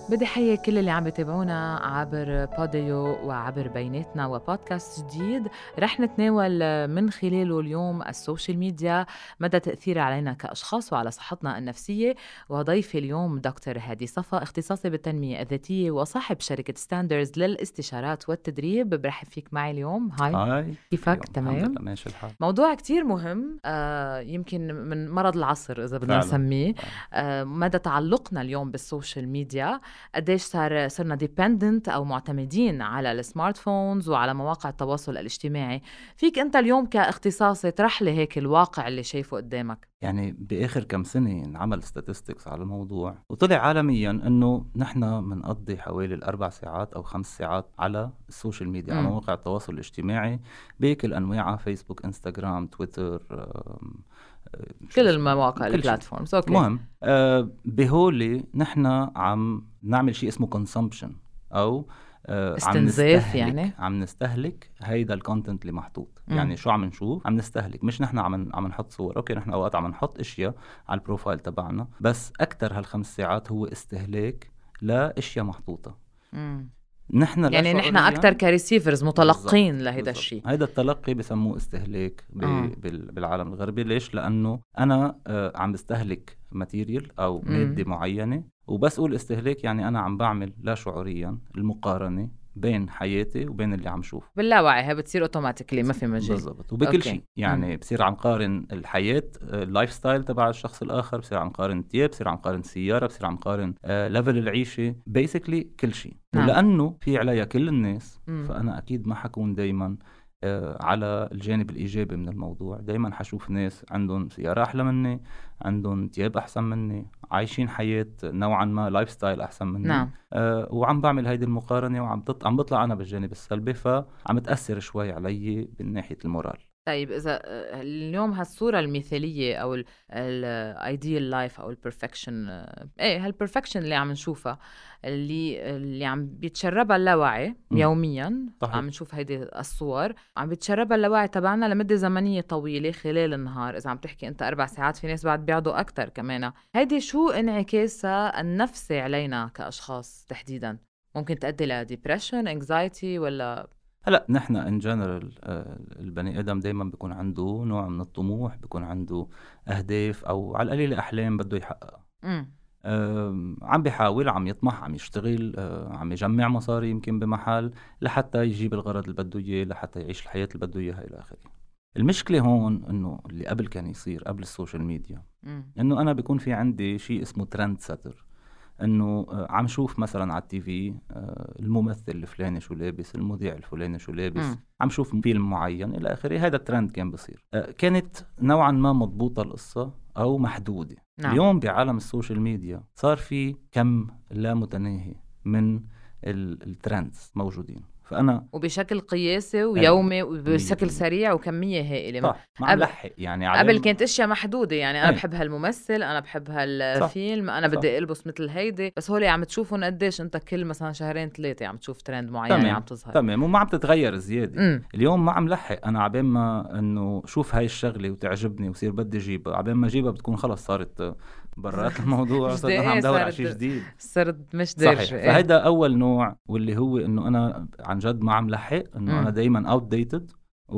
بدي حيي كل اللي عم بيتابعونا عبر بوديو وعبر بيناتنا وبودكاست جديد رح نتناول من خلاله اليوم السوشيال ميديا مدى تأثيرها علينا كأشخاص وعلى صحتنا النفسية. وضيفي اليوم دكتور هادي صفا، اختصاصي بالتنمية الذاتية وصاحب شركة ستاندرز للاستشارات والتدريب. برحب فيك معي اليوم. هاي كيفك؟ تمام؟ الحمد لله ماشي الحال. موضوع كتير مهم، يمكن من مرض العصر إذا بدنا نسميه. مدى تعلقنا اليوم بالسوشيال ميديا، قديش صرنا ديبندنت أو معتمدين على السمارت فونز وعلى مواقع التواصل الاجتماعي. فيك أنت اليوم كاختصاصي طرح لي هيك الواقع اللي شايفه قدامك. يعني بآخر كم سنة انعمل statistics على الموضوع وطلع عالميا أنه نحن منقضي حوالي 4 ساعات أو 5 ساعات على السوشيال ميديا، على مواقع التواصل الاجتماعي بكل أنواعها، فيسبوك، انستغرام، تويتر، كل المواقع البلاتفورمز. المهم بهولي نحن عم نعمل شيء اسمه consumption أو استنزاف. يعني عم نستهلك هيدا الكونتنت اللي محطوط. يعني شو عم نشوف؟ عم نستهلك، مش نحن عم نحط صور. اوكي، نحن اوقات عم نحط اشياء على البروفايل تبعنا، بس اكتر هال5 ساعات هو استهلاك لاشياء محطوطة. نحن يعني نحن أكتر كريسيفرز متلقين لهيدا الشيء. هيدا التلقي بسموه استهلاك بالعالم الغربي. ليش؟ لأنه أنا عم بستهلك ماتيريال أو مادة معينة، وبس أقول استهلاك يعني أنا عم بعمل لا شعوريا المقارنة بين حياتي وبين اللي عم شوف باللاوعي. هي بتصير اوتوماتيكلي، ما في مجال. بالضبط. وبكل شيء يعني بصير عم قارن الحياة، اللايف ستايل تبع الشخص الآخر، بصير عم قارن التياب، بصير عم قارن السيارة، بصير عم قارن ليفل العيشة، بيسيكلي كل شيء. ولأنه في عليا كل الناس فأنا أكيد ما حكون دايما على الجانب الإيجابي من الموضوع. دايما حشوف ناس عندهم سيارة أحلى مني، عندهم تياب أحسن مني، عايشين حياة نوعا ما لايف ستايل أحسن مني. وعم بعمل هيدي المقارنة وعم بطلع أنا بالجانب السلبي، فعم تأثر شوي علي من ناحية المورال. طيب إذا اليوم هالصورة المثالية أو الأيديال لايف أو البرفكشن، هالبرفكشن اللي عم نشوفها، اللي عم بيتشربها اللاوعي يوميا. صحيح. عم نشوف هيدي الصور عم بيتشربها اللاوعي تبعنا لمدة زمنية طويلة خلال النهار. إذا عم تحكي أنت 4 ساعات، في ناس بعد بيعضوا أكتر كمان. هيدي شو انعكاسها النفسي علينا كأشخاص تحديدا؟ ممكن تؤدي لديبريشن، انكزايتي، ولا؟ هلا نحن ان جنرال البني ادم دائما بيكون عنده نوع من الطموح، بيكون عنده اهداف او على القليل احلام بده يحققها. عم بيحاول، عم يطمح، عم يشتغل، عم يجمع مصاري يمكن بمحل لحتى يجيب الغرض اللي بده اياه، لحتى يعيش الحياه اللي بده اياها الى اخره. المشكله هون انه اللي قبل كان يصير قبل السوشيال ميديا، انه انا بيكون في عندي شيء اسمه ترند سيتر، انه عم شوف مثلا على التي في الممثل الفلاني شو لابس، المذيع الفلاني شو لابس، عم شوف فيلم معين الى اخره. هذا الترند كان بصير. كانت نوعا ما مضبوطه القصه او محدوده. اليوم بعالم السوشيال ميديا صار في كم لا متناهي من الترندز موجودين، فأنا وبشكل قياسي ويومي وبشكل سريع وكمية هائلة. ما لحق يعني قبل كانت اشياء محدودة، يعني انا بحب هالممثل، انا بحب هالفيلم، انا بدي البس مثل هيدي، بس هولي عم تشوفون قديش انت كل مثلا 2-3 عم تشوف ترند معين عم تظهر. تمام. وما عم تتغير زيادة. اليوم ما عم لحق انا عبين ما انه شوف هاي الشغلة وتعجبني وصير بدي اجيبها، عبين ما اجيبها بتكون خلص صارت برات الموضوع، صرت عم دور على شيء جديد، صرت مش دارجة. فهيدا اول نوع، واللي هو انه انا عن جد ما عم لحق، انه انا دايما اوت ديتد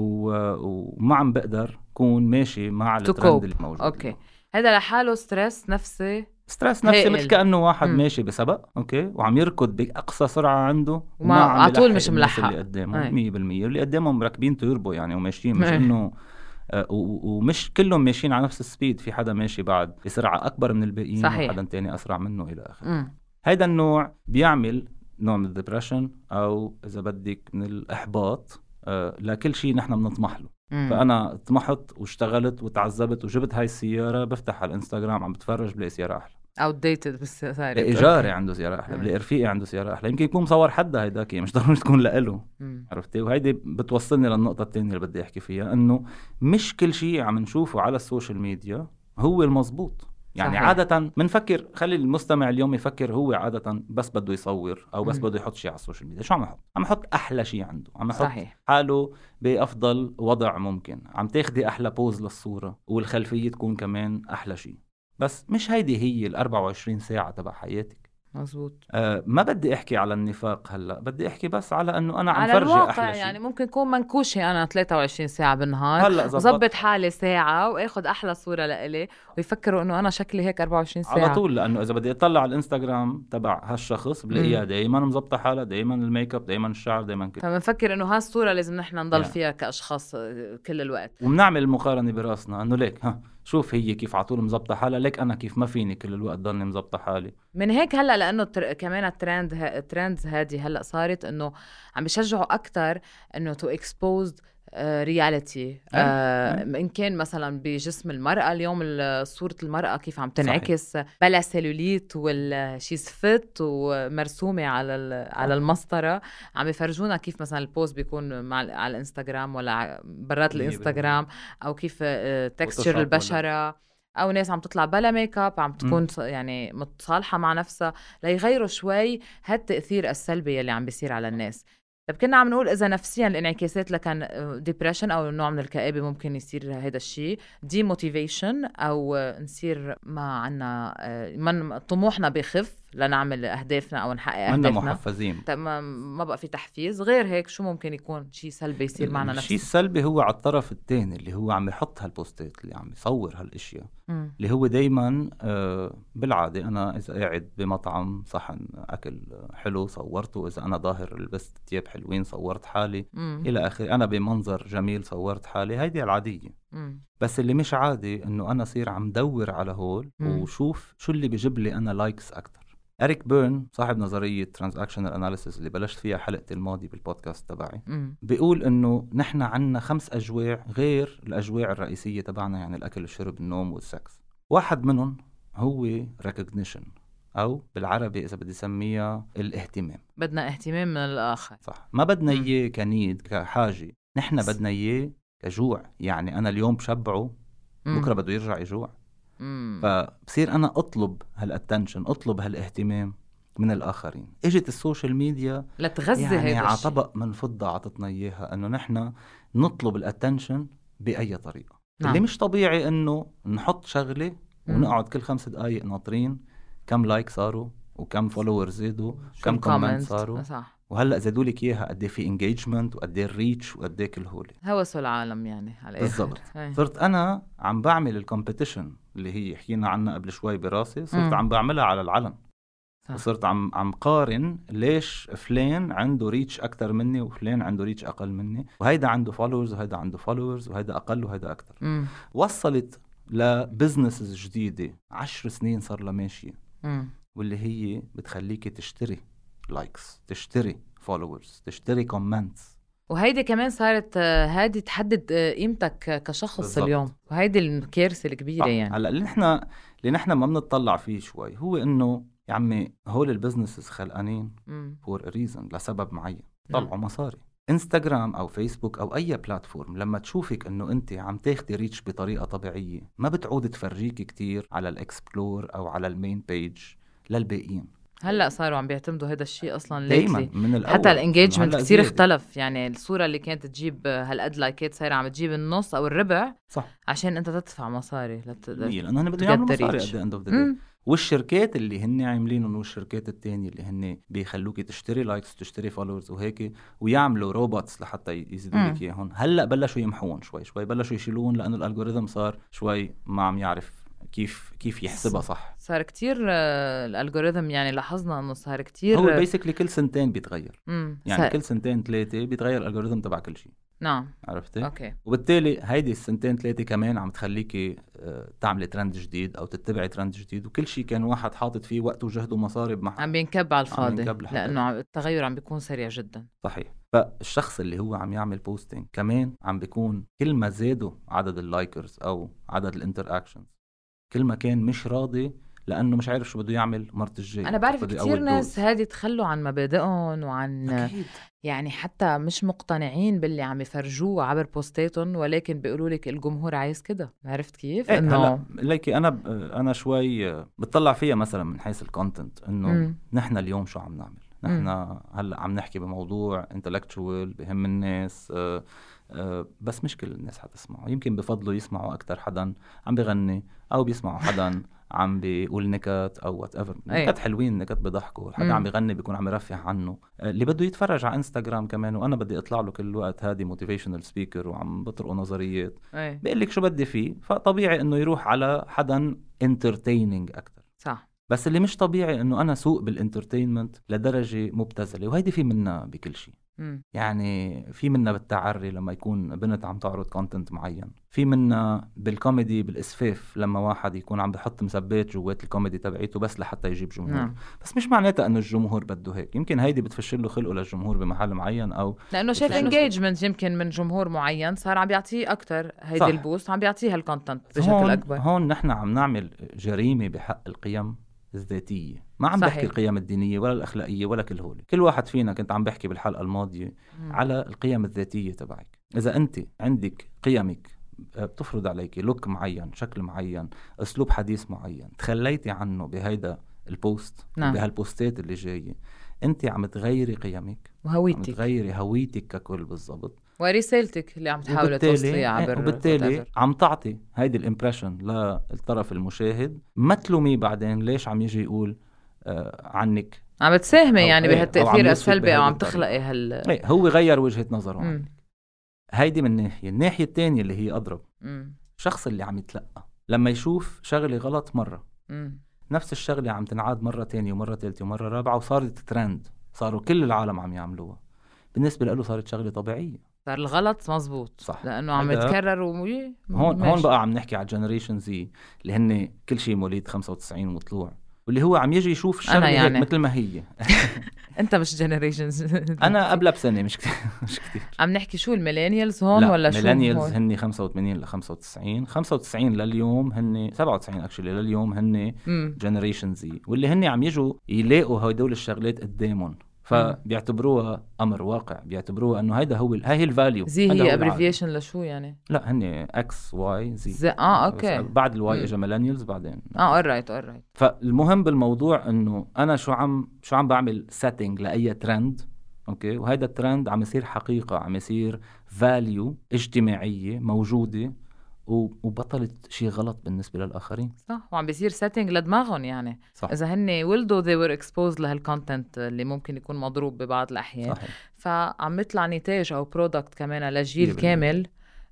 وما عم بقدر كون ماشي مع الترند اللي موجود. اوكي، هذا لحاله ستريس نفسي مثل كأنه واحد ماشي بسبق اوكي وعم يركض بأقصى سرعة عنده وما على طول مش ملحق اللي قدامه 100%. اللي قدامهم مركبين توربو يعني وماشيين، مش انه ومش كلهم ماشيين على نفس السبيد، في حدا ماشي بعد بسرعة أكبر من الباقيين، وحدا تاني أسرع منه إلى آخره. هيدا النوع بيعمل نوع من الديبريشن أو إذا بدك من الإحباط لكل شيء نحن بنطمح له. فأنا طمحت واشتغلت وتعذبت وجبت هاي السيارة، بفتح على الانستغرام عم بتفرج بلاقي سيارة أحلى، outdated بس صار إيجاري عنده سيارة أحلى، بلاقي رفيقي عنده سيارة أحلى، يمكن يكون مصور حدا هيداك، مش ضروري تكون لإله. عرفتي؟ وهيدي بتوصلني للنقطة الثانية اللي بدي أحكي فيها، أنه مش كل شيء عم نشوفه على السوشيال ميديا هو المضبوط. يعني صحيح. عادة منفكر، خلي المستمع اليوم يفكر هو عادة بس بده يصور أو بس بده يحط شيء على السوشيال ميديا. شو عم يحط؟ عم يحط أحلى شيء عنده، عم يحط صحيح. حاله بأفضل وضع ممكن، عم تاخدي أحلى بوز للصورة والخلفية تكون كمان أحلى شيء، بس مش هيدي هي 24 ساعة تبع حياتك. مزبوط. ما بدي احكي على النفاق هلا، بدي احكي بس على انه انا عم على فرجي الواقع احلى شيء. يعني ممكن يكون منكوشة أنا 23 ساعة بالنهار، هلا وظبط حالي ساعة وآخد أحلى صورة لإلي، ويفكروا إنه أنا شكلي هيك 24 ساعة على طول. لانه اذا بدي اطلع على الانستغرام تبع هالشخص بلاقيها دائما مزبطه حالها، دائما الميك اب، دائما الشعر، دائما كده. فبنفكر إنه هالصورة لازم نحن نضل فيها كأشخاص كل الوقت، وبنعمل المقارنه براسنا انه ليك شوف هي كيف على طول مزبطه حالها، ليك انا كيف ما فيني كل الوقت ضلني مزبطه حالي. من هيك هلا لانه كمان الترندز هذه هلا صارت انه عم بيشجعوا اكثر انه تو اكسبوز رياليتي، ان كان مثلا بجسم المرأة. اليوم صورة المرأة كيف عم تنعكس بلا سيلوليت والشيز فت ومرسومة على المسطرة، عم يفرجونا كيف مثلا البوست بيكون على الانستغرام ولا برات الانستغرام، او كيف تكستشر البشرة، او ناس عم تطلع بلا ميك اب عم تكون يعني متصالحة مع نفسها، ليغيروا شوي هالتأثير السلبي اللي عم بيصير على الناس. طب كنا عم نقول إذا نفسيا الانعكاسات لكان ديبريشن أو نوع من الكآبة ممكن يصير هذا الشيء، دي موتيفيشن، أو نصير ما عنا من طموحنا بخف لنعمل أهدافنا أو نحقق أهدافنا، محفزين، ما بقى في تحفيز. غير هيك شو ممكن يكون شيء سلبي يصير معنا نفسي؟ الشيء السلبي هو على الطرف الثاني اللي هو عم يحط هالبوستات، اللي عم يصور هالاشياء، اللي هو دايما بالعادة أنا إذا قاعد بمطعم صحن أكل حلو صورته، إذا أنا ظاهر لبست تياب حلوين صورت حالي إلى آخر، أنا بمنظر جميل صورت حالي، هيدي العادية. بس اللي مش عادي إنه أنا صير عم دور على هول وشوف شو اللي بيجيب لي أنا لايكس أكتر. إريك بيرن صاحب نظرية ترانزاكشنال أناليسيس اللي بلشت فيها حلقة الماضي بالبودكاست تبعي، بيقول إنه نحن عنا 5 أجواع غير الأجواع الرئيسية تبعنا، يعني الأكل والشرب النوم والسكس. واحد منهم هو recognition، أو بالعربي إذا بدي سميها الاهتمام. بدنا اهتمام من الآخر، صح، ما بدنا إياه كنيد كحاجة، نحن بدنا إياه كجوع. يعني أنا اليوم بشبعه بكرة بده يرجع يجوع، فبصير أنا أطلب هالاتنشن، أطلب هالاهتمام من الآخرين. إجت السوشيال ميديا لتغذي يعني هذا على طبق من فضة عطتنا إياها، أنه نحن نطلب الاتنشن بأي طريقة. اللي مش طبيعي أنه نحط شغلة ونقعد كل 5 دقايق ناطرين كم لايك صاروا وكم فولوور زادوا وكم كومنت صاروا، وهلأ زادوا لك إياها قد في انجيجمنت وقد الريتش وقد كل هولي هوسوا العالم يعني على بالضبط. صرت أنا عم بعمل الكومبيتيشن اللي هي حكينا عنها قبل شوي براسي، صرت عم بعملها على العلن. وصرت عم قارن ليش فلان عنده ريتش أكتر مني وفلان عنده ريتش أقل مني، وهيدا عنده فولورز وهيدا عنده فولورز وهيدا أقل وهيدا أكتر. وصلت لبزنسز جديدة 10 سنين صار لها ماشية، واللي هي بتخليك تشتري لايكس، تشتري فولورز، تشتري كومنتس. وهيدي كمان صارت هذه تحدد قيمتك كشخص بالزبط. اليوم، وهيدي الكارثة الكبيرة يعني. هلا اللي نحن ما بنطلع فيه شوي هو انه يا عمي هول البزنسز خلقانين فور ريزن، لسبب معين، طلعوا مصاري. انستغرام او فيسبوك او اي بلاتفورم لما تشوفك انه انت عم تاخدي ريتش بطريقة طبيعية، ما بتعود تفرجيك كتير على الاكسبلور او على المين بيج للباقيين. هلا صاروا عم بيعتمدوا هذا الشيء اصلا دايما من الأول. حتى الانجيجمنت كثير اختلف، يعني الصوره اللي كانت تجيب هالقد لايكات صايره عم تجيب النص او الربع، صح، عشان انت تدفع مصاري لانه هن بدهم يعملوا مصاري قد اند اوف ذا داي. والشركات اللي هن عاملينهم والشركات التانية اللي هن بيخلوكي تشتري لايكس تشتري فولورز وهيك، ويعملوا روبوتس لحتى يزيدوا لك اياهم. هلا بلشوا يمحوهم شوي شوي، بلشوا يشيلوهم لانه الالجوريثم صار شوي ما عم يعرف كيف يحسبها صح. صار كتير الالجوريثم، يعني لاحظنا انه صار كتير، هو بيسكلي كل سنتين بيتغير، يعني كل سنتين 3 بيتغير الالجوريثم تبع كل شيء. نعم، عرفتي؟ اوكي. وبالتالي هيدي السنتين 3 كمان عم تخليكي تعملي ترند جديد او تتبعي ترند جديد، وكل شيء كان واحد حاطط فيه وقت وجهد ومصاري بمحل عم بينكب على الفاضي، لانه التغير عم بيكون سريع جدا. صحيح. فالشخص اللي هو عم يعمل بوستينج كمان عم بيكون كل ما زادوا عدد اللايكرز او عدد الانتراكشنز، كل ما كان مش راضي لأنه مش عارف شو بده يعمل مرت الجاي. أنا بعرف كتير ناس هادي تخلوا عن مبادئهم وعن أكيد. يعني حتى مش مقتنعين باللي عم يفرجوه عبر بوستاتهم، ولكن بيقولوا لك الجمهور عايز كده. عرفت كيف؟ إنه ليكي أنا شوي بتطلع فيها مثلا من حيث الكونتنت، إنه نحن اليوم شو عم نعمل؟ نحن هلا عم نحكي بموضوع intellectual بهم الناس، بس مش كل الناس حتسمعه. يمكن بفضلوا يسمعوا أكتر حدا عم بغني، أو بيسمعوا حدا عم بيقول نكت او وات ايفر، نكت حلوين، نكت بضحكوا، حدا عم بيغني بيكون عم يرفه عنه، اللي بده يتفرج على انستغرام كمان وانا بدي اطلع له كل الوقت هادي موتيفيشنال سبيكر وعم بطرقوا نظريات بيقول لك شو بدي فيه، فطبيعي انه يروح على حدا انترتيننج اكثر. صح. بس اللي مش طبيعي انه انا سوق بالانترتينمنت لدرجه مبتذله، وهيدي في منها بكل شيء. يعني في منا بالتعري لما يكون بنت عم تعرض كونتنت معين، في منا بالكوميدي بالاسفاف لما واحد يكون عم بحط مسبات جوات الكوميدي تبعيته بس لحتى يجيب جمهور. بس مش معناتها انه الجمهور بده هيك، يمكن هيدي بتفشل له خلقه للجمهور بمحل معين، او لانه شايف انجيجمنت يمكن من جمهور معين صار عم بيعطيه اكثر هيدي البوست، عم بيعطيها الكونتنت بشكل اكبر. هون نحن عم نعمل جريمه بحق القيم الذاتية، ما عم بحكي القيم الدينية ولا الأخلاقية ولا كل هولي. كل واحد فينا، كنت عم بحكي بالحلقة الماضية على القيم الذاتية تبعك. إذا أنت عندك قيمك بتفرض عليك لوك معين، شكل معين، أسلوب حديث معين، تخليتي عنه بهيدا البوست بهالبوستات اللي جاية، أنت عم تغيري قيمك وهويتك، عم تغيري هويتك ككل بالضبط، ورسالتك اللي عم تحاول توصليها عبر، وبالتالي عم تعطي هيدي الامبريشن للطرف المشاهد. ما تلومي بعدين ليش عم يجي يقول عنك عم بتساهمي يعني بهالتأثير السلبي او عم تخلقي هو غير وجهة نظره عنك. هيدي من ناحية. الناحية الثانية اللي هي أضرب، شخص اللي عم يتلقى لما يشوف شغلة غلط مرة، نفس الشغلة عم تنعاد مرة تانية ومرة ثالثة ومرة رابعة، وصارت ترند، صاروا كل العالم عم يعملوها، بالنسبة له صارت شغلة طبيعية، صار الغلط مزبوط، صح، لأنه عم يتكرر هون بقى عم نحكي على جنريشن زي اللي هن كل شيء مواليد 95 وطلوع، واللي هو عم يجي يشوف الشغلة يعني مثل ما هي. انت مش جنريشنز انا قبلها بسنة، مش كتير. عم نحكي شو الميلينيالز هون ولا شو؟ الميلينيالز هن 85 ل 95، 95 لليوم هن 97 اكشلي لليوم هن جنريشن زي، واللي هن عم يجوا يلاقوا هدول الشغلات قدامهم، فبيعتبروها امر واقع، بيعتبروها انه هيدا هو هي الفاليو. زي هي ابريفيشن لشو يعني؟ لا هن اكس واي زي اوكي، بعد الواي اجى ميلينيالز بعدين alright. فالمهم بالموضوع انه انا شو عم بعمل سيتنج لاي ترند، اوكي، وهذا الترند عم يصير حقيقه، عم يصير فاليو اجتماعيه موجوده، وبطلت شيء غلط بالنسبة للآخرين. صح، وعم بيصير سيتنج لدماغهم يعني. صح. إذا هن ولدوا they were exposed لهالكونتنت اللي ممكن يكون مضروب ببعض الأحيان. صحيح. فعم يطلع نتاج أو برودكت كمان لجيل كامل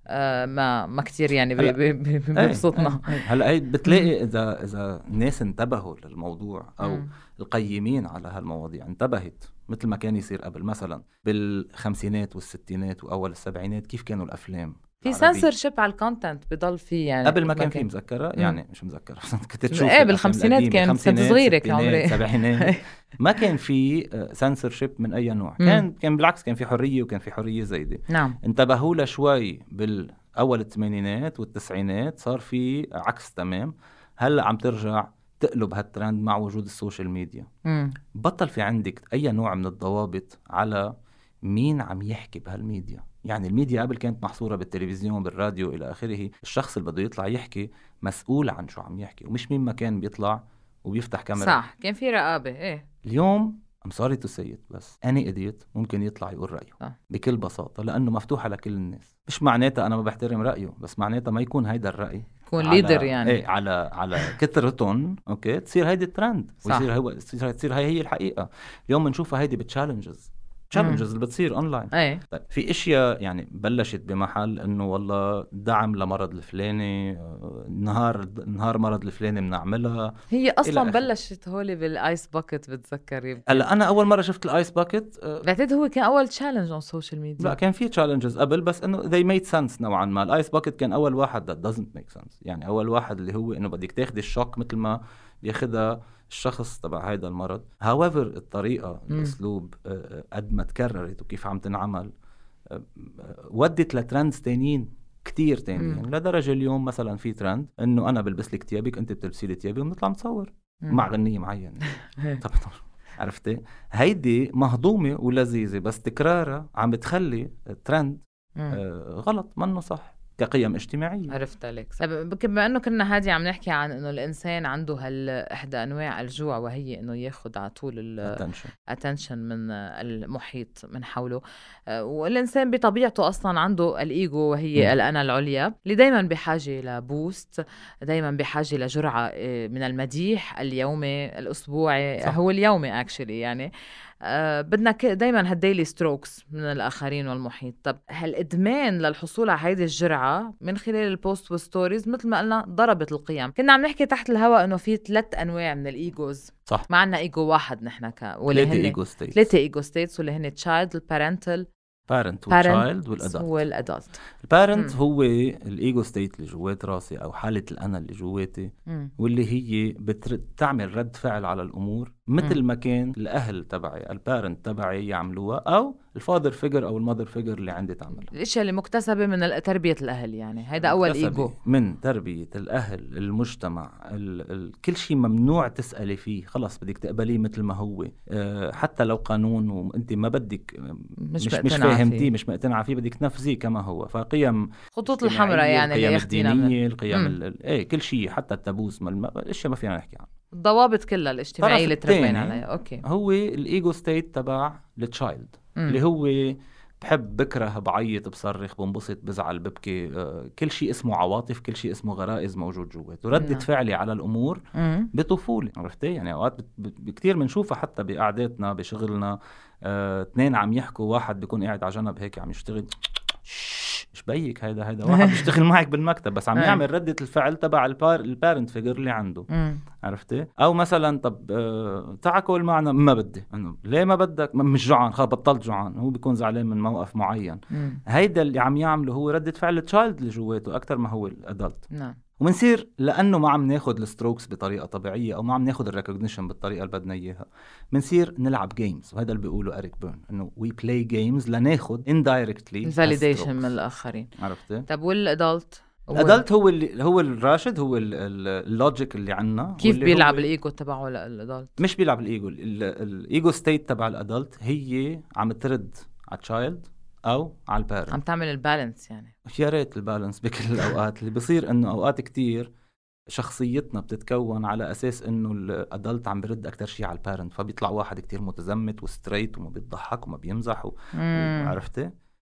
ما كتير يعني ببسطنا. هلا هي بتلاقي إذا الناس انتبهوا للموضوع أو القيمين على هالمواضيع انتبهت، مثل ما كان يصير قبل، مثلا بالخمسينات والستينات وأول السبعينات كيف كانوا الأفلام في سنسورشيب على الكونتنت بضل فيه يعني. قبل ما كان في مذكرة يعني مش مذكرة كنت تشوف بالخمسينات كان كنت صغيرة كعمري سبعينات ما كان في سنسورشيب من أي نوع. كان بالعكس، كان في حرية، وكان في حرية زايدة. نعم. انتبهوا له شوي بالأول الثمانينات والتسعينات، صار في عكس تمام. هلأ عم ترجع تقلب هالترند مع وجود السوشيال ميديا. بطل في عندك أي نوع من الضوابط على مين عم يحكي بهالميديا. يعني الميديا قبل كانت محصورة بالتلفزيون بالراديو إلى آخره، الشخص اللي بده يطلع يحكي مسؤول عن شو عم يحكي، ومش مين ما كان بيطلع وبيفتح كاميرا. صح، كان في رقابة. اليوم I'm sorry to say it، بس any idiot ممكن يطلع يقول رأيه بكل بساطة، لأنه مفتوحة لكل الناس. مش معناتها أنا ما بحترم رأيه، بس معناتها ما يكون هيدا الرأي يكون ليدر يعني. على كثرتهم، اوكي، تصير هيدي الترند، ويصير تصير هي الحقيقة. اليوم بنشوفها هيدي بالتشالنجز اللي بتصير اونلاين. طيب في اشياء يعني بلشت بمحل انه والله دعم لمرض الفلاني، نهار مرض الفلاني بنعملها. هي اصلا بلشت هولي بالايس باكيت، بتذكر؟ هلا انا اول مره شفت الايس باكيت بعتقد هو كان اول تشالنج على السوشيال ميديا. لا كان في تشالنجز قبل، بس انه they made sense نوعا ما. الايس باكيت كان اول واحد that doesn't make sense، يعني اول واحد اللي هو انه بدك تاخدي الشوك مثل ما بياخدها الشخص تبع هيدا المرض. however الطريقة الأسلوب قد ما تكررت وكيف عم تنعمل ودت لترندز تانيين كتير تانيين، لدرجة اليوم مثلا في ترند إنه أنا بلبس لك تيابك، أنت بتلبسي لي تيابي، ونطلع نتصور مع غنية معينة. طب عرفتي هيدي مهضومة ولذيذة، بس تكرارها عم بتخلي ترند غلط، منه صح. كقيم اجتماعية. عرفت عليك. بما انه كنا هادي عم نحكي عن انه الانسان عنده احدى انواع الجوع، وهي انه ياخد على طول الاتنشن من المحيط من حوله. والانسان بطبيعته اصلا عنده الايجو، وهي الانا العليا، اللي دايما بحاجة لبوست، دايما بحاجة لجرعة من المديح اليومي الاسبوعي. صح. هو اليومي اكشلي يعني. بدنا دايما هالديلي ستروكس من الآخرين والمحيط. طب هالإدمان للحصول على هيدي الجرعة من خلال البوست والستوريز مثل ما قلنا ضربت القيم. كنا عم نحكي تحت الهواء إنه في 3 أنواع من الإيجوز. صح. ما عنا إيجو واحد نحن 3 إيجو ستيتس واللي هن child, البارنتال، بارنت والتشايلد والادلت. البارنت هو الايجو ستيت اللي جوات راسي او حاله الانا اللي جواتي، واللي هي بتعمل رد فعل على الامور مثل ما كان الاهل تبعي البارنت تبعي يعملوها، او الفادر فيجر او المادر فيجر اللي عندي تعملها. الاشياء اللي مكتسبه من تربيه الاهل، يعني هيدا اول ايجو من تربيه الاهل، المجتمع، كل شيء ممنوع تسالي فيه، خلص بدك تقبليه مثل ما هو. حتى لو قانون وانت ما بدك مش فاهمتيه، مش مقتنعه فيه، بدك تنفذيه كما هو. فقيم خطوط الحمراء يعني القيم الدينيه، القيم كل شيء، حتى التابوس الاشياء ما فينا نحكي عنها، الضوابط كلها الاجتماعيه اللي تربينا عليها. اوكي، هو الايجو ستيت تبع التشايلد اللي هو بحب، بكره، بعيط، بصرخ، بنبسط، بزعل، ببكي. كل شيء اسمه عواطف، كل شيء اسمه غرائز موجود جواته. ردة فعلي على الامور بطفولي، عرفتي يعني. اوقات كتير بنشوفها حتى بقعداتنا بشغلنا، 2 عم يحكوا، واحد بيكون قاعد على جنب هيك عم يشتغل، مش بيك، هيدا واحد بيشتغل معك بالمكتب بس عم يعمل ردة الفعل تبع البارنت فيجر اللي عنده. عرفتي؟ او مثلا طب تعا كل معنا، ما بدي. انه ليه ما بدك؟ مش جوعان، خلاص بطلت جوعان. هو بيكون زعلان من موقف معين. هيدا اللي عم يعمله هو ردة فعل التشايلد اللي جواته اكثر ما هو الادلت. نعم. ومنصير لانه ما عم ناخد الستروكس بطريقه طبيعيه، او ما عم ناخد الريكوجنيشن بالطريقه اللي بدنا اياها، منصير نلعب جيمز. وهذا اللي بيقوله اريك بيرن، انه وي بلاي جيمز لناخد indirectly validation من الاخرين. عرفتي؟ طب والادلت؟ الادلت هو الراشد، هو اللوجيك اللي عنا. كيف بيلعب الايجو تبعه الادلت؟ مش بيلعب الايجو ستيت تبع الادلت، هي عم ترد على التشايلد او على البارنت، عم تعمل البالانس. يعني يا ريت البالانس بكل الاوقات. اللي بيصير انه اوقات كتير شخصيتنا بتتكون على اساس انه الادلت عم برد اكتر شيء على البارنت، فبيطلع واحد كتير متزمت وستريت وما بيضحك وما بيمزح عرفتي؟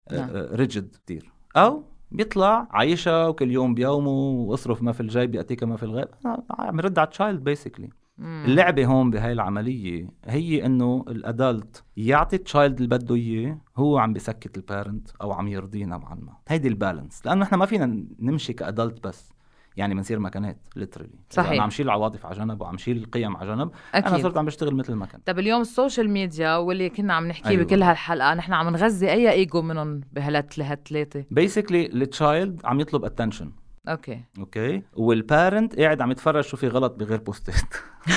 ريجد كتير. او بيطلع عايشة وكل يوم بيومه، واصرف ما في الجيب يأتيك ما في الغيب، عم يرد على التشايلد بيسيكلي. اللعبة هون بهاي العملية هي انه الادلت يعطي التشايلد اللي بده اياه، هو عم بيسكت البارنت او عم يرضينا نوعا ما. هيدي البالانس، لانه احنا ما فينا نمشي كادلت بس، يعني بنصير مكانات ليترالي. صحيح. انا عم شيل العواطف على جنب وعم شيل القيم على جنب. أكيد. انا صرت عم بشتغل مثل ما كنت. طب اليوم السوشيال ميديا واللي كنا عم نحكي بكل هالحلقة، نحن عم نغذي اي ايجو منهم بهالثلاثة؟ بيسيكلي التشايلد عم يطلب اتنشن. اوكي والبارنت قاعد عم يتفرج شو في غلط بغير بوستات.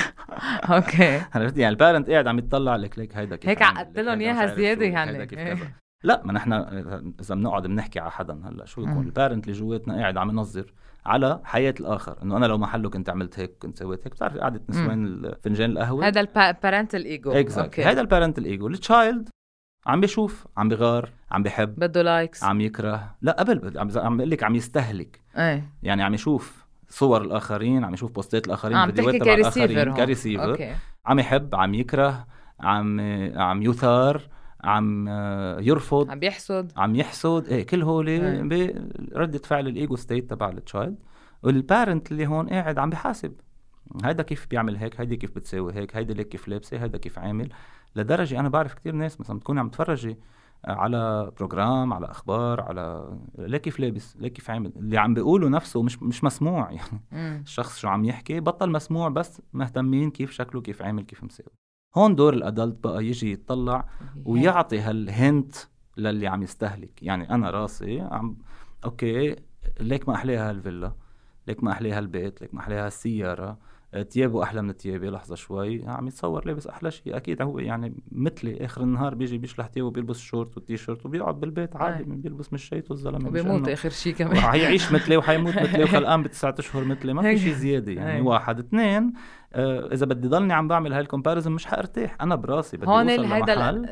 اوكي عرفت يعني البارنت قاعد عم يطلع لك هيدا كيف هيك عقدت لهم اياها زياده يعني. لا، ما نحن اذا بنقعد بنحكي على حدا هلا شو يكون البارنت اللي جواتنا قاعد عم ينظر على حياه الاخر، انه انا لو محله كنت عملت هيك، كنت سويت هيك. بتعرف قعده نسوان فنجان القهوه، هذا البارنتال ايجو. هذا البارنتال ايجو. التشايلد عم بيشوف، عم بغار، عم بيحب، بده لايكس، عم يكره. لا قبل عم بقول لك عم يستهلك. يعني عم يشوف صور الاخرين، عم يشوف بوستات الاخرين، فيديوهات تبع الاخرين كريسيفر. عم يحب، عم يكره، عم يثار، عم يرفض، عم يحسد. كل هولي بردة فعل الايجو ستيت تبع التشايلد. والبارنت اللي هون قاعد عم بحاسب، هيدا كيف بيعمل هيك، هيدي كيف بتساوي هيك، هيدا ليك كيف لابسه، هيدا كيف عامل. لدرجة أنا بعرف كتير ناس مثلا بتكون عم تفرجي على بروجرام، على أخبار، على ليه كيف لابس، ليه كيف عامل، اللي عم بيقوله نفسه مش مسموع يعني. الشخص شو عم يحكي بطل مسموع، بس مهتمين كيف شكله، كيف عامل، كيف مساوي. هون دور الأدلت بقى يجي يتطلع ويعطي هالهنت للي عم يستهلك. يعني أنا راسي أوكي، ليك ما أحليها هالفيلا، ليك ما أحليها البيت، ليك ما أحليها السيارة، تيابه أحلى من تيابي، لحظة شوي عم يتصور لابس أحلى شيء، أكيد هو يعني مثلي آخر النهار بيجي بيشلح تيابه بيلبس شورت والتيشيرت وبيقعد بالبيت عادي بيلبس مشيت والزلمة وبيموت آخر شيء كمان وهيعيش مثلي وحيموت مثلي وخلقان ب9 أشهر مثلي، ما في شيء زيادة يعني. 1 2 إذا بدي ضلني عم بعمل هاي الكومباريزن مش حارتاح أنا براسي. بدي هون أوصل هيدا لمحل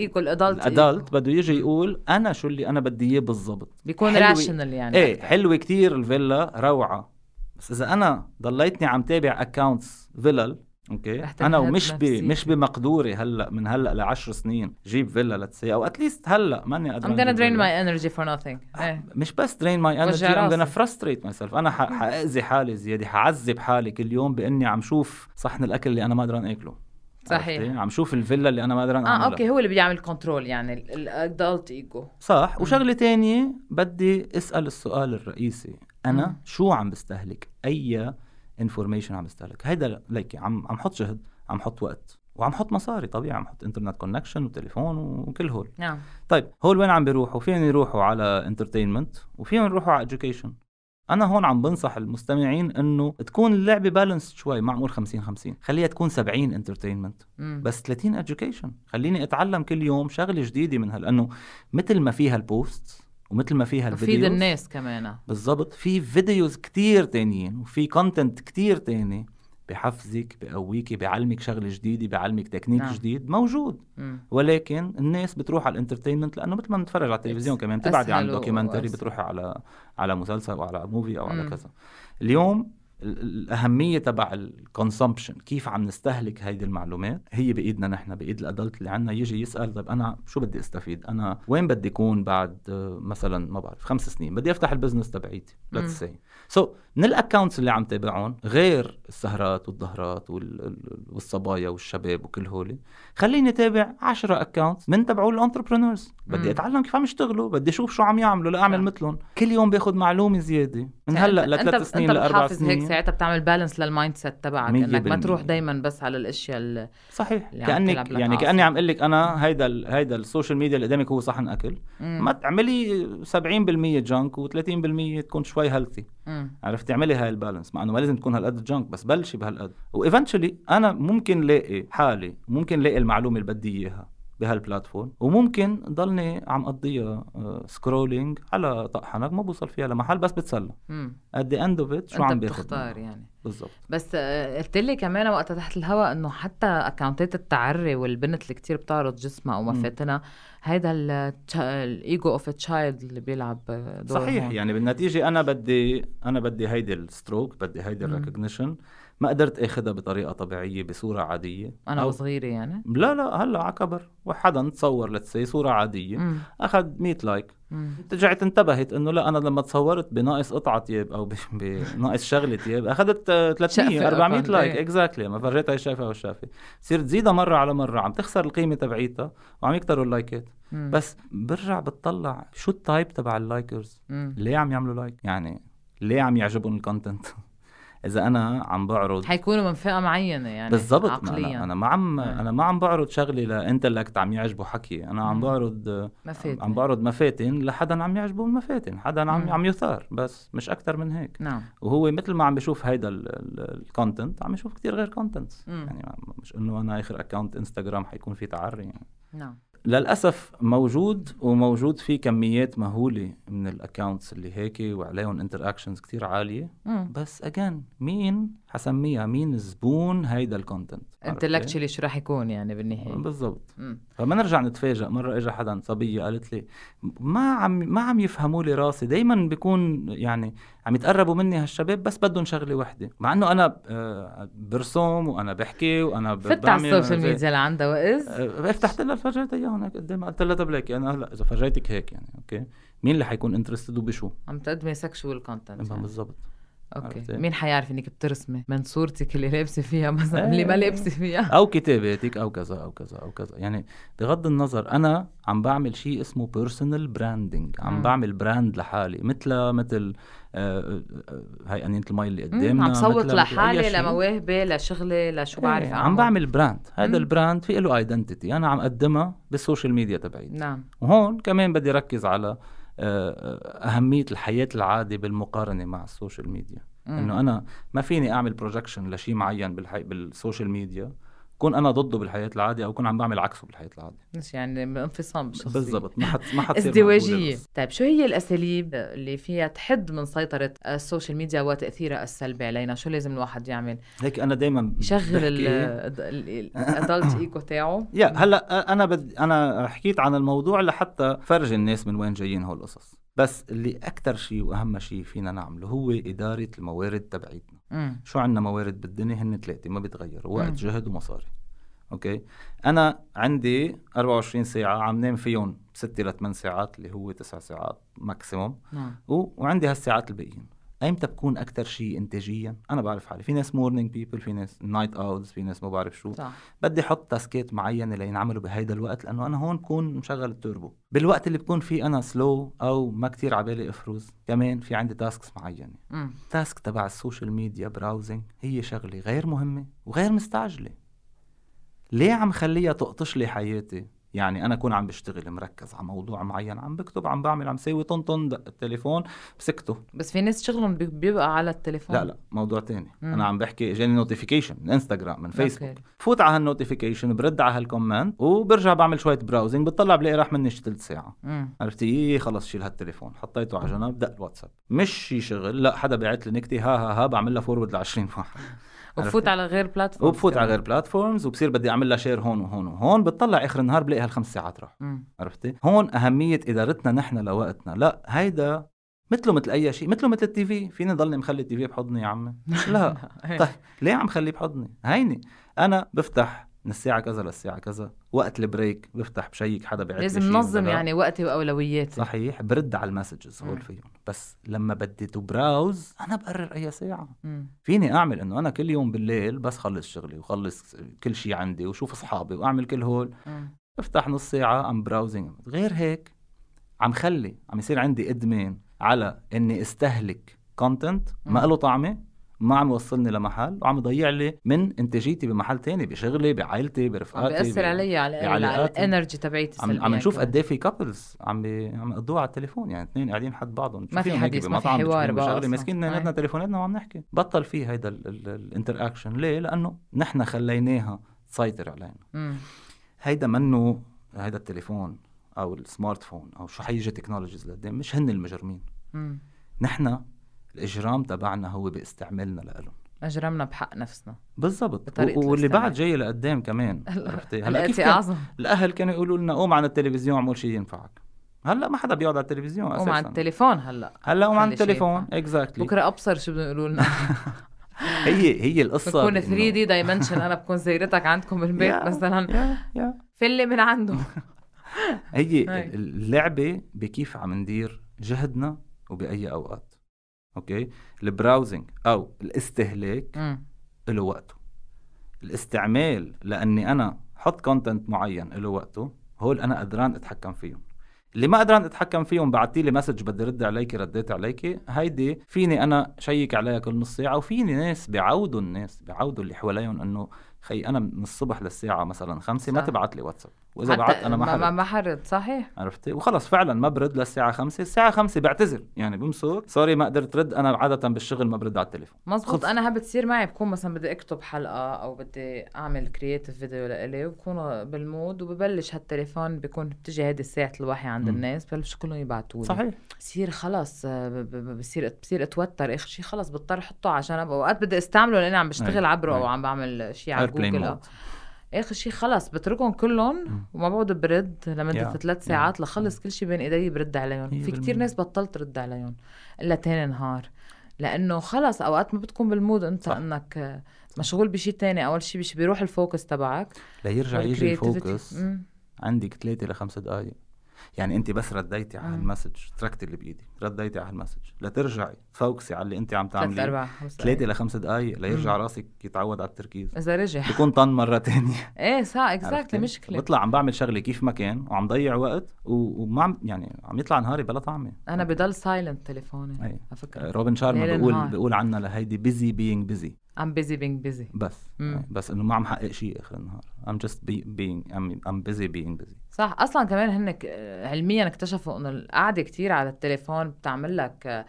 الأدلت بده يجي يقول أنا شو اللي أنا بدي إياه بالضبط، بيكون راشنال يعني. إيه حلوة كتير الفيلا روعة، بس إذا أنا ضليتني عم تابع أكاونتس فيلل أوكي أنا مش بمقدوري هلأ من هلأ ل10 سنين جيب فيلا لتسي أو أتليست هلأ ماني قادر I'm gonna drain my energy for nothing. مش بس drain my energy I'm gonna frustrate myself. أنا حأذي حالي زيادة، حعذب حالي كل يوم بإني عم شوف صحن الأكل اللي أنا ما قادر أكله. صحيح. عم شوف الفيلا اللي أنا ما قادر أعملها. أوكي هو اللي بيعمل كنترول يعني الادلت ايجو. صح. وشغلة تانية بدي أسأل السؤال الرئيسي، أنا شو عم بستهلك؟ أي information عم بستهلك؟ هيدا ليك عم حط جهد، عم حط وقت، وعم حط مصاري طبيعي، عم حط انترنت كونكشن وتليفون وكل هول. نعم. طيب هول وين عم بيروحوا؟ فين يروحوا على انترتينمنت وفين يروحوا على education. أنا هون عم بنصح المستمعين إنه تكون اللعبة بالانس شوي، معمول 50-50، خليها تكون 70 انترتينمنت بس 30 education. خليني أتعلم كل يوم شغلة جديدة منها، لأنه مثل ما فيها البوست ومثل ما فيها الفيديوز وفيد الناس كمان بالضبط، في فيديوز كتير تانيين وفي كونتنت كتير تاني بحفزك، بقويك، بعلمك شغله جديده، بعلمك تكنيك جديد موجود. ولكن الناس بتروح على الانترتينمنت لانه مثل ما نتفرج على التلفزيون كمان تبعدي عن دوكيومنتري بتروحي على مسلسل او على موفي او على كذا. اليوم الأهمية تبع الكونسومبشن، كيف عم نستهلك هيدي المعلومات، هي بإيدنا نحن، بإيد الأدلت اللي عنا يجي يسأل طيب أنا شو بدي استفيد، أنا وين بدي يكون بعد مثلا ما بعرف 5 سنين بدي أفتح البزنس تبعيتي let's say. من الأكاونتس اللي عم تابعون غير السهرات والظهرات والصبايا والشباب وكل هولي، خليني تابع 10 أكاونتس من تبعون الانتربرونورز. بدي أتعلم كيف عم يشتغلوا، بدي أشوف شو عم يعملوا لأعمل مثلهم. كل يوم بياخد معلومة زيادة من هلأ ل3 سنين ل4 سنين. هيك ساعتها بتعمل بالانس للمايند سيت تبعك، انك ما تروح دايما بس على الاشياء صحيح. كأنك يعني كأني عم قلك أنا هيدا السوشيال ميديا اللي قدامك هو صحن أكل، ما تعملي 70% جانك و30% تكون شوي هيلثي. عرفت تعملي هاي البالانس، مع انه ما لازم تكون هالقد جانك، بس بلشي بهالقد وايفنتشلي انا ممكن لاقي حالي، ممكن لاقي المعلومه اللي بدي اياها بهالبلاتفورم، وممكن ضلني عم قضيها سكرولينج على طقحنك ما بوصل فيها لمحل، بس بتسلى. at the end of it شو عم باخد يعني بالضبط. بس قلت لي كمان وقتها تحت الهواء انه حتى اكاونتات التعري والبنت اللي كتير بتعرض جسمها او مفاتنها، هيدا الايجو اوف تشايلد اللي بيلعب دور. صحيح. يعني بالنتيجه انا بدي هيدي الستروك، بدي هيدي الريكوجنيشن، ما قدرت اخدها بطريقه طبيعيه بصوره عاديه انا وصغيره يعني. لا هلا على كبر وحدا تصور لتسي صوره عاديه اخذ 100 لايك، رجعت انتبهت انه لا انا لما تصورت بناقص قطعه ثياب او بناقص شغله ثياب اخذت 300 400 لايك اكزاكتلي. ما فرجتها الشافه والشافه، صير تزيدها مره على مره، عم تخسر القيمه تبعيتها وعم يكتروا اللايكات. بس برجع بتطلع شو التايب تبع اللايكرز، ليه عم يعملوا لايك، يعني ليه عم يعجبهم الكونتنت. إذا أنا عم بعرض حيكونوا من فئة معينة يعني بالضبط. عقليا. أنا ما عم بعرض شغلي لإنتلكت عم يعجبه حكي، أنا عم بعرض مفاتن لحدا عم يعجبه المفاتن، حدا عم يثار، بس مش أكتر من هيك. نعم. وهو مثل ما عم بيشوف هيدا الكونتنت عم يشوف كتير غير كونتنت. يعني مش إنه أنا آخر أكاونت إنستغرام حيكون فيه تعري يعني. نعم. للأسف موجود فيه كميات مهولة من الأكاونتس اللي هيك وعليهم انتراكشنز كتير عالية. بس أجان مين حسميها، مين زبون هيدا الكونتنت انتلكتشلي شو راح يكون يعني بالنهاية بالضبط. فما نرجع نتفاجأ. مرة إجا حدا صبية قالت لي ما عم يفهموا لي راسي، دايما بيكون يعني عم يتقربوا مني هالشباب بس بدهم شغلة واحدة، مع أنه أنا برسوم وأنا بحكي وأنا فتح السوشيال ميديا لعندها وإز فتحت لها فرجيت إياها هناك قدام، قلت لها بلاكي أنا هلا إذا فرجيتك هيك يعني أوكي مين اللي حيكون انترستد وبشو عم تقدمي سكشوال كونتنت يعني. بالضبط. اوكي مين حيعرف انك بترسمي من صورتك اللي لابسه فيها مثلا اللي ما لابسه فيها، او كتاباتك او كذا او كذا او كذا. يعني بغض النظر انا عم بعمل شيء اسمه بيرسونال براندنج، عم بعمل براند لحالي، مثل هاي أنينة المي اللي قدامنا، عم صوت لحالي لمواهبي لشغلي لشو بعرف عم بعمل براند. هذا البراند في له ايدنتيتي انا عم قدمها بالسوشيال ميديا تبعي. نعم. وهون كمان بدي ركز على أهمية الحياة العادية بالمقارنة مع السوشيال ميديا. انه انا ما فيني اعمل بروجكشن لشيء معين بالسوشيال ميديا كون انا ضده بالحياه العاديه او كون عم بعمل عكسه بالحياه العاديه. مش يعني انفصام بالشخصيه بالضبط. ما حتصير ازدواجيه. طيب شو هي الاساليب اللي فيها تحد من سيطره السوشيال ميديا وتاثيرها السلبي علينا؟ شو لازم الواحد يعمل؟ هيك انا دايما يشغل الادلت ايجو تاعه. هلا انا حكيت عن الموضوع لحتى فرج الناس من وين جايين هول القصص، بس اللي اكثر شيء واهم شيء فينا نعمله هو اداره الموارد تبعيتنا. شو عندنا موارد بالدنيا؟ هن 3 ما بيتغيروا: وقت، جهد، ومصاري. اوكي، انا عندي 24 ساعه عم نام فيهم 6 ل 8 ساعات اللي هو 9 ساعات ماكسيموم. وعندي هالساعات الباقيين. ايمتى بكون اكثر شيء انتاجيا؟ انا بعرف حالي، في ناس مورنينج بيبل، في ناس نايت اولز، في ناس ما بعرف شو. صح. بدي احط تاسكات معينه لينعملوا بهيدا الوقت، لانه انا هون بكون مشغل التوربو. بالوقت اللي بكون فيه انا سلو او ما كتير عبالي افرز، كمان في عندي تاسكس معينه. تاسك تبع السوشيال ميديا براوزنج هي شغله غير مهمه وغير مستعجله. ليه عم خليها تقطش لي حياتي؟ يعني أنا أكون عم بشتغل مركز على موضوع معين، عم بكتب، عم بعمل، عم سوي طن دق التليفون بسكته. بس في ناس شغلهم بيبقى على التليفون. لا موضوع تاني. أنا عم بحكي جاني نوتيفيكيشن من انستغرام، من فيسبوك. فوت على هالنوتيفيكيشن، برد على هالكومنت وبرجع بعمل شوية براوزنج، بتطلع بلاقي راح مني 3 ساعة. عرفتي؟ خلص شيل هالتليفون، حطيته على جنب، دق الواتساب. مش شي شغل، لا حدا بعت لي نكتة ها بعمل لها فورورد ل20 واحد. وبفوت على غير بلاتفورم، وبفوت على غير بلاتفورمز، وبصير بدي اعمل لها شير هون وهون وهون. بتطلع اخر النهار بلاقي هال5 ساعات راح. عرفتي؟ هون اهميه ادارتنا نحن لوقتنا. لا هيدا مثل اي شيء، مثل التي في. فيني ضلني مخلي التي في بحضني يا عمي؟ لا. طيب ليه عم خليه بحضني؟ هيني انا بفتح من الساعة كذا للساعة كذا، وقت البريك بفتح بشيك حدا بعت لي شيء. لازم ننظم يعني وقتي وأولوياتي. صحيح، برد على المسجز هول فيهم. بس لما بدي تبراوز أنا بقرر أي ساعة. فيني أعمل إنه أنا كل يوم بالليل بس خلص شغلي وخلص كل شيء عندي وشوف أصحابي وأعمل كل هول، بفتح نص ساعة أم براوزنج. غير هيك عم يصير عندي إدمان على إني استهلك كونتنت ما له طعمه، ما عم يوصلني لمحل، وعم يضيع لي من انتاجيتي بمحل تاني، بشغلي، بعائلتي، برفقاتي. عم بيأثر علي على الانرجي تبعيتي. عم نشوف قد ايه في كابلز عم يقضوها على التليفون، يعني 2 قاعدين حد بعضهم، ما في حديث، ما في حوار بشغلي، ماسكين نادنا تليفوناتنا وعم نحكي. بطل فيه هيدا الانتر اكشن. ليه؟ لانه نحن خليناها تسيطر علينا. هيدا منه، هيدا التليفون او السمارت فون او شو حيجي تكنولوجيز لقدام، مش هن المجرمين. نحن الإجرام تبعنا هو باستعمالنا لهم. أجرمنا بحق نفسنا بالضبط. واللي بعد جاي لقدام كمان. هلا كيف الأهل كانوا يقولوا لنا قوم عن التلفزيون اعمل شيء ينفعك. هلا ما حدا بيقعد على التلفزيون أساسا. قوم عن التليفون. هلا قوم عن التليفون. اكزاكتلي. بكره أبصر شو بدهم يقولوا لنا. هي القصة بكون 3D دايمنشن. أنا بكون زيرتك عندكم بالبيت مثلا. فلي من عنده. هي اللعبة بكيف عم ندير جهدنا وبأي أوقات. اوكي، البراوزنج او الاستهلاك له وقته، الاستعمال لاني انا حط كونتنت معين له وقته. هول انا قدران اتحكم فيهم. اللي ما قدران اتحكم فيهم بعتي لي مسج بدي رد عليك، رديت عليك، هيدي فيني انا شيك عليها كل نص ساعه. وفيني ناس بيعودوا اللي حواليهم انه خي انا من الصبح للساعه مثلا 5 ما تبعت لي واتساب، واذا بعت انا ما حرد. صحيح، عرفتي؟ وخلص فعلا ما برد للساعه 5. الساعه 5 بعتذر، يعني بمسك سوري ما قدرت رد، انا عاده بالشغل ما برد على التليفون. مزبوط. انا بتصير معي، بكون مثلا بدي اكتب حلقه او بدي اعمل كرييتيف فيديو لإلي، وبكون بالمود وببلش هالتليفون، بيكون بتجي هيدي الساعه الوحي عند الناس، ببلش كلهم يبعتوا لي. صحيح. بصير خلاص بصير اتوتر اخر شيء، خلاص بضطر احطه على جنب. اوقات بدي استعمله لاني عم بشتغل عبره او عم بعمل شيء على جوجل. اخر شيء خلص بتركهم كلهم وما بقعد برد لمدة 3 ساعات لخلص كل شيء بين ايدي برد عليهم. في كتير ناس بطلت رد عليهم الا تاني نهار، لانه خلص اوقات ما بتكون بالمود انت. صح. انك مشغول بشيء تاني. اول شيء بيروح الفوكس تبعك ليرجع يجي الفوكس. عندك 3 ل 5 دقائق، يعني انت بس رديتي على المسج، تركتي اللي بايدي، رديتي على المسج لترجعي تفوكسي على اللي انت عم تعمليه. 3 ل 5 دقائق ليرجع راسك يتعود على التركيز. اذا رجع بيكون طن مره تانية. ايه صح، اكزاكتلي. مشكله بطلع عم بعمل شغله كيف ما كان وعم ضيع وقت وما عم يعني عم يطلع نهاري بلا طعمه. انا بضل سايلنت تليفوني على فكره. روبن شارما بيقول عنا لهيدي busy being busy. I'm busy being busy. بس انه ما عم حقق شيء اخر النهار. I'm just I'm busy being busy. صح. اصلا كمان هن علميا اكتشفوا انه القعده كتير على التليفون بتعمل لك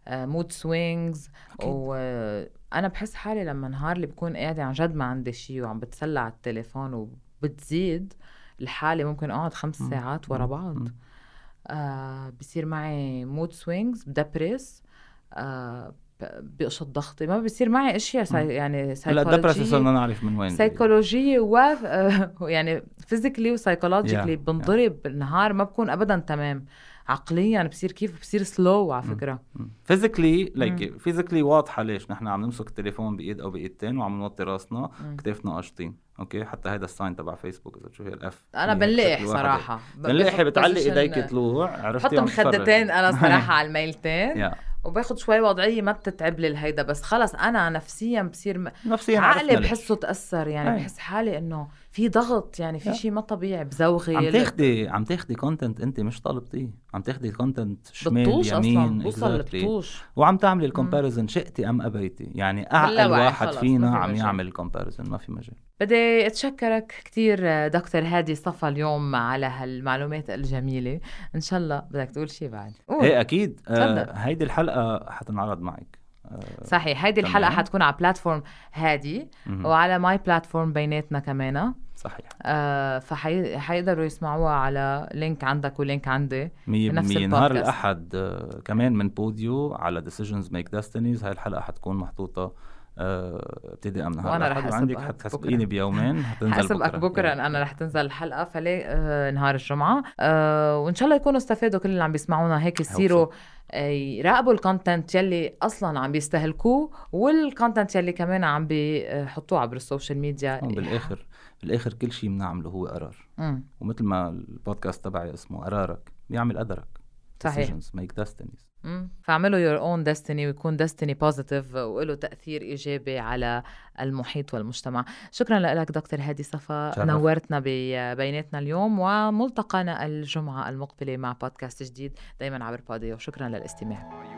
مود سوينجز. وأنا بحس حالي لما نهار اللي بكون قاعدة عن جد ما عندي شيء وعم بتسلى على التليفون وبتزيد الحالة، ممكن أقعد 5 ساعات ورا بعض. بصير معي مود سوينجز، بدبرس، بقشط ضغطي، ما بصير معي اشياء يعني سايكولوجيه. صرنا نعرف من وين سايكولوجيه يعني فيزيكلي وسايكولوجيكلي بنضرب بالنهار، ما بكون ابدا تمام. عقليا بصير كيف بصير سلو على فكره. فيزيكلي واضحه ليش نحن عم نمسك التليفون بايد او بايدتين وعم نوطي راسنا كتافنا قاشطين. اوكي، حتى هيدا الساين تبع فيسبوك اذا شو هي الاف، انا بنلاقي صراحه بنلاقي بتعلق ايديك طلوع، عرفتي؟ بحط مخدتين انا صراحه على الميلتين وباخد شوي وضعيه ما بتتعب لي الهيدا، بس خلص انا نفسيا بصير عقلي بحسه تاثر، يعني بحس حالي انه في ضغط، يعني في شيء ما طبيعي بزوغي. عم تاخدي كونتنت انت مش طالبتيه، عم تاخدي كونتنت شمال يمين بطوش وعم تعملي الكومباريزن شئتي ام ابيتي. يعني اعقل واحد فينا عم يعمل الكومباريزن، ما في مجال. بدي اتشكرك كتير دكتور هادي صفا اليوم على هالمعلومات الجميلة. ان شاء الله بدك تقول شيء بعد؟ ايه اكيد. هيدي الحلقة حتنعرض معك. صحيح، هيدي الحلقة حتكون على بلاتفورم هادي وعلى ماي بلاتفورم بيناتنا كمان. صحيح. فحيقدروا يسمعوها على لينك عندك ولينك عندي بنفس نهار الأحد. كمان من بوديو على Decisions Make Destinies. هاي الحلقة حتكون محطوطة ابتداء من نهار الأحد، وعندك حتسبقيني بيومين، حسبقك بكرة أنا رح تنزل الحلقة فلي نهار الجمعة. وإن شاء الله يكونوا استفادوا كل اللي عم بيسمعونا. هيك يصيروا يراقبوا الكونتنت يلي أصلاً عم بيستهلكوه والكونتنت يلي كمان عم بيحطوه عبر السوشيال ميديا. بالآخر كل شيء بنعمله هو قرار. ومثل ما البودكاست تبعي اسمه قرارك بيعمل قدرك. صحيح. Decisions Make Destinies. فاعملوا your own destiny ويكون destiny positive وله تأثير إيجابي على المحيط والمجتمع. شكرا لك دكتور هادي صفا، نورتنا ببيناتنا اليوم، وملتقانا الجمعة المقبلة مع بودكاست جديد دايما عبر بوديو. شكرا للاستماع.